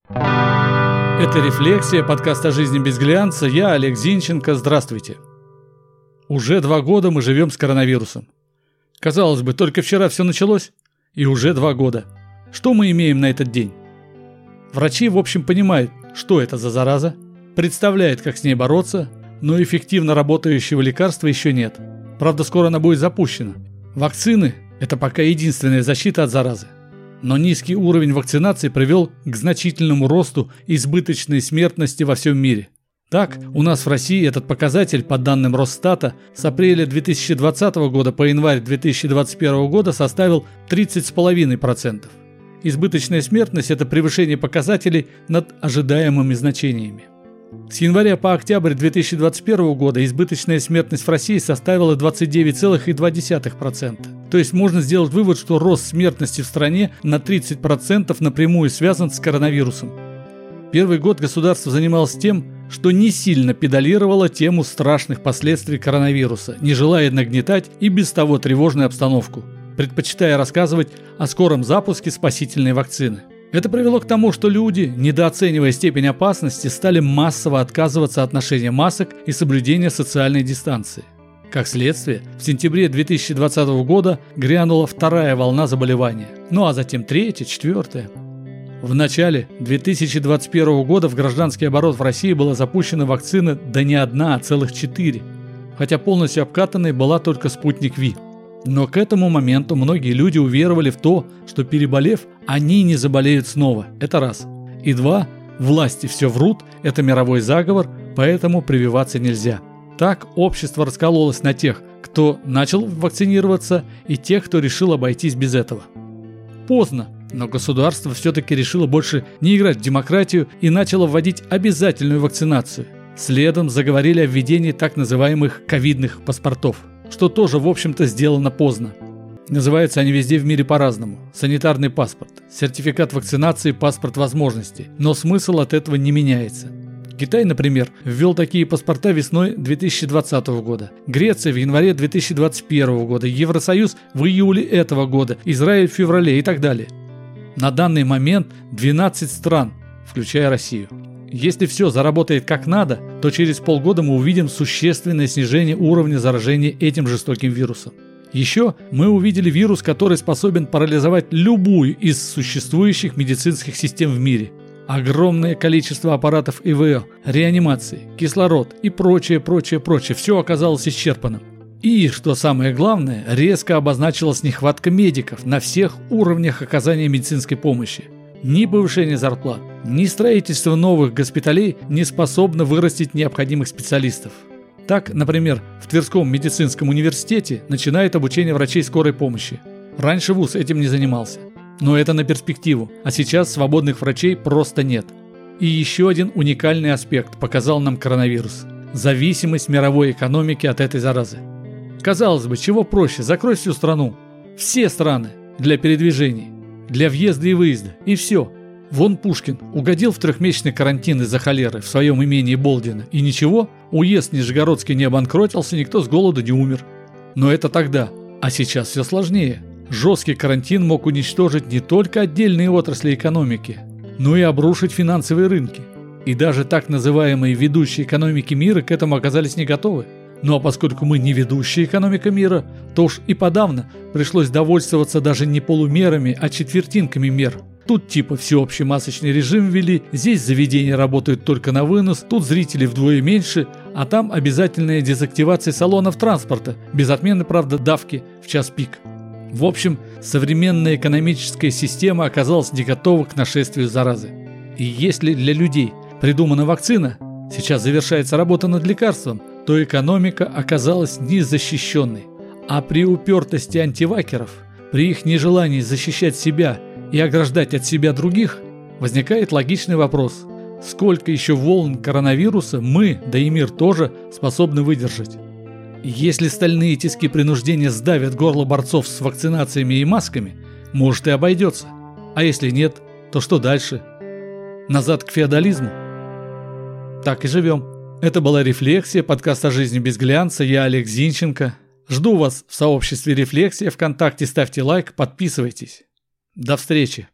Это «Рефлексия», подкаст о жизни без глянца. Я Олег Зинченко. Здравствуйте. Уже 2 года мы живем с коронавирусом. Казалось бы, только вчера все началось, и уже 2 года. Что мы имеем на этот день? Врачи, в общем, понимают, что это за зараза, представляют, как с ней бороться, но эффективно работающего лекарства еще нет. Правда, скоро она будет запущена. Вакцины – это пока единственная защита от заразы. Но низкий уровень вакцинации привел к значительному росту избыточной смертности во всем мире. Так, у нас в России этот показатель, по данным Росстата, с апреля 2020 года по январь 2021 года составил 30,5%. Избыточная смертность – это превышение показателей над ожидаемыми значениями. С января по октябрь 2021 года избыточная смертность в России составила 29,2%. То есть можно сделать вывод, что рост смертности в стране на 30% напрямую связан с коронавирусом. Первый год государство занималось тем, что не сильно педалировало тему страшных последствий коронавируса, не желая нагнетать и без того тревожную обстановку, предпочитая рассказывать о скором запуске спасительной вакцины. Это привело к тому, что люди, недооценивая степень опасности, стали массово отказываться от ношения масок и соблюдения социальной дистанции. Как следствие, в сентябре 2020 года грянула 2-я волна заболевания, ну а затем 3-я, 4-я. В начале 2021 года в гражданский оборот в России была запущена вакцина да не одна, а целых 4, хотя полностью обкатанной была только «Спутник Ви». Но к этому моменту многие люди уверовали в то, что переболев, они не заболеют снова. Это раз. И 2. Власти все врут, это мировой заговор, поэтому прививаться нельзя. Так общество раскололось на тех, кто начал вакцинироваться, и тех, кто решил обойтись без этого. Поздно, но государство все-таки решило больше не играть в демократию и начало вводить обязательную вакцинацию. Следом заговорили о введении так называемых ковидных паспортов, что тоже, в общем-то, сделано поздно. Называются они везде в мире по-разному. Санитарный паспорт, сертификат вакцинации, паспорт возможностей. Но смысл от этого не меняется. Китай, например, ввел такие паспорта весной 2020 года. Греция в январе 2021 года. Евросоюз в июле этого года. Израиль в феврале и так далее. На данный момент 12 стран, включая Россию. Если все заработает как надо, то через полгода мы увидим существенное снижение уровня заражения этим жестоким вирусом. Еще мы увидели вирус, который способен парализовать любую из существующих медицинских систем в мире. Огромное количество аппаратов ИВЛ, реанимации, кислород и прочее. Все оказалось исчерпанным. И, что самое главное, резко обозначилась нехватка медиков на всех уровнях оказания медицинской помощи. Ни повышение зарплат, ни строительство новых госпиталей не способно вырастить необходимых специалистов. Так, например, в Тверском медицинском университете начинает обучение врачей скорой помощи. Раньше вуз этим не занимался. Но это на перспективу, а сейчас свободных врачей просто нет. И еще один уникальный аспект показал нам коронавирус – зависимость мировой экономики от этой заразы. Казалось бы, чего проще, закрой всю страну, все страны для передвижений, для въезда и выезда, и все. Вон Пушкин угодил в 3-месячный карантин из-за холеры в своем имении Болдино, и ничего, уезд Нижегородский не обанкротился, никто с голоду не умер. Но это тогда, а сейчас все сложнее. Жесткий карантин мог уничтожить не только отдельные отрасли экономики, но и обрушить финансовые рынки. И даже так называемые ведущие экономики мира к этому оказались не готовы. Ну а поскольку мы не ведущая экономика мира, то уж и подавно пришлось довольствоваться даже не полумерами, а четвертинками мер. Тут типа всеобщий масочный режим ввели, здесь заведения работают только на вынос, тут зрителей вдвое меньше, а там обязательная дезактивация салонов транспорта, без отмены, правда, давки в час пик. В общем, современная экономическая система оказалась не готова к нашествию заразы. И если для людей придумана вакцина, сейчас завершается работа над лекарством, то экономика оказалась незащищенной. А при упертости антивакеров, при их нежелании защищать себя и ограждать от себя других, возникает логичный вопрос: сколько еще волн коронавируса мы, да и мир тоже, способны выдержать? Если стальные тиски принуждения сдавят горло борцов с вакцинациями и масками, может и обойдется. А если нет, то что дальше? Назад к феодализму? Так и живем. Это была «Рефлексия», подкаст о жизни без глянца. Я Олег Зинченко. Жду вас в сообществе «Рефлексия» ВКонтакте. Ставьте лайк, подписывайтесь. До встречи.